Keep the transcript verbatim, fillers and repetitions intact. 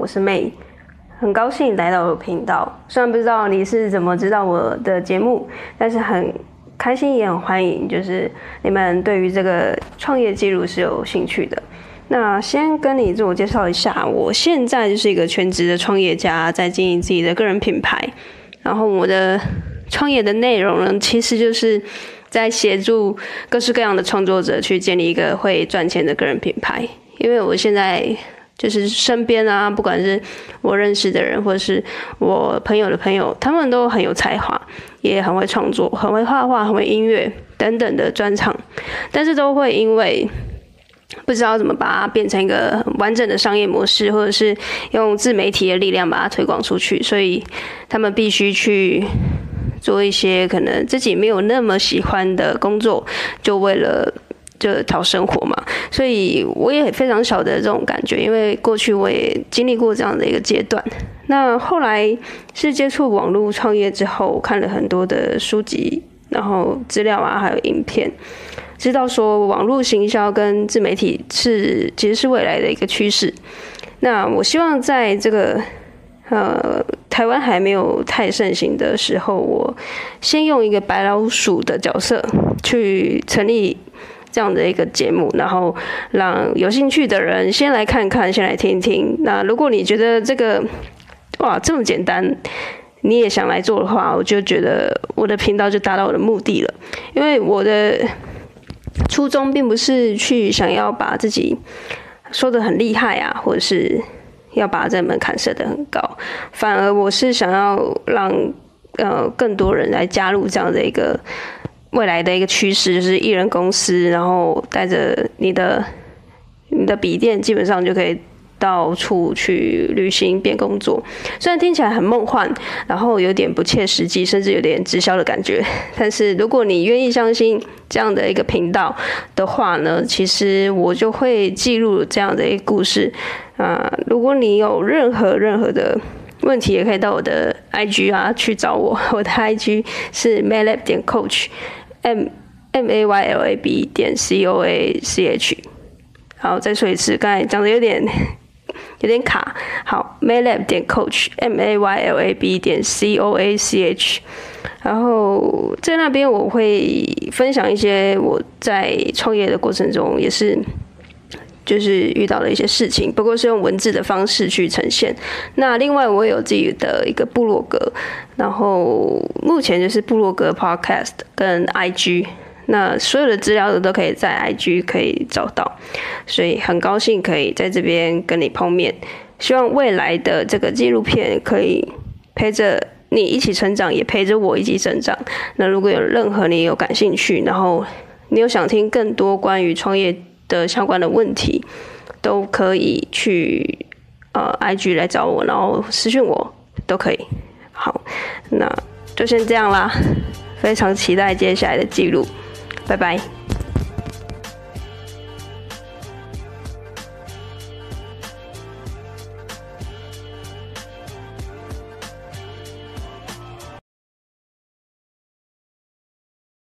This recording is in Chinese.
我是 May， 很高兴来到我的频道。虽然不知道你是怎么知道我的节目，但是很开心也很欢迎，就是你们对于这个创业记录是有兴趣的。那先跟你自我介绍一下，我现在就是一个全职的创业家，在经营自己的个人品牌。然后我的创业的内容呢，其实就是在协助各式各样的创作者去建立一个会赚钱的个人品牌。因为我现在就是身边啊，不管是我认识的人，或者是我朋友的朋友，他们都很有才华，也很会创作，很会画画，很会音乐等等的专长，但是都会因为不知道怎么把它变成一个完整的商业模式，或者是用自媒体的力量把它推广出去，所以他们必须去做一些可能自己没有那么喜欢的工作，就为了就讨生活嘛。所以我也非常晓得这种感觉，因为过去我也经历过这样的一个阶段。那后来是接触网络创业之后，看了很多的书籍，然后资料啊，还有影片，知道说网络行销跟自媒体是其实是未来的一个趋势。那我希望在这个呃台湾还没有太盛行的时候，我先用一个白老鼠的角色去成立这样的一个节目，然后让有兴趣的人先来看看，先来听听。那如果你觉得这个哇这么简单，你也想来做的话，我就觉得我的频道就达到我的目的了。因为我的初衷并不是去想要把自己说得很厉害啊，或者是要把这门槛设得很高，反而我是想要让呃更多人来加入这样的一个未来的一个趋势，就是一人公司，然后带着你的你的笔电，基本上就可以到处去旅行边工作。虽然听起来很梦幻，然后有点不切实际，甚至有点直销的感觉，但是如果你愿意相信这样的一个频道的话呢，其实我就会记录这样的一个故事啊、呃。如果你有任何任何的问题，也可以到我的 I G 啊去找我，我的 I G 是 maylab 点 coach m m a y l a b 点 c o a c h。好，再说一次，刚才讲的有点有点卡。好 ，maylab 点 coach m a y l a b 点 c o a c h。然后在那边我会分享一些我在创业的过程中也是就是遇到的一些事情，不过是用文字的方式去呈现。那另外我有自己的一个部落格，然后目前就是部落格 podcast 跟 I G， 那所有的资料都可以在 I G 可以找到，所以很高兴可以在这边跟你碰面。希望未来的这个纪录片可以陪着你一起成长，也陪着我一起成长。那如果有任何你有感兴趣，然后你有想听更多关于创业的相关的问题，都可以去呃 I G 来找我，然后私讯我都可以。好，那就先这样啦，非常期待接下来的记录，拜拜。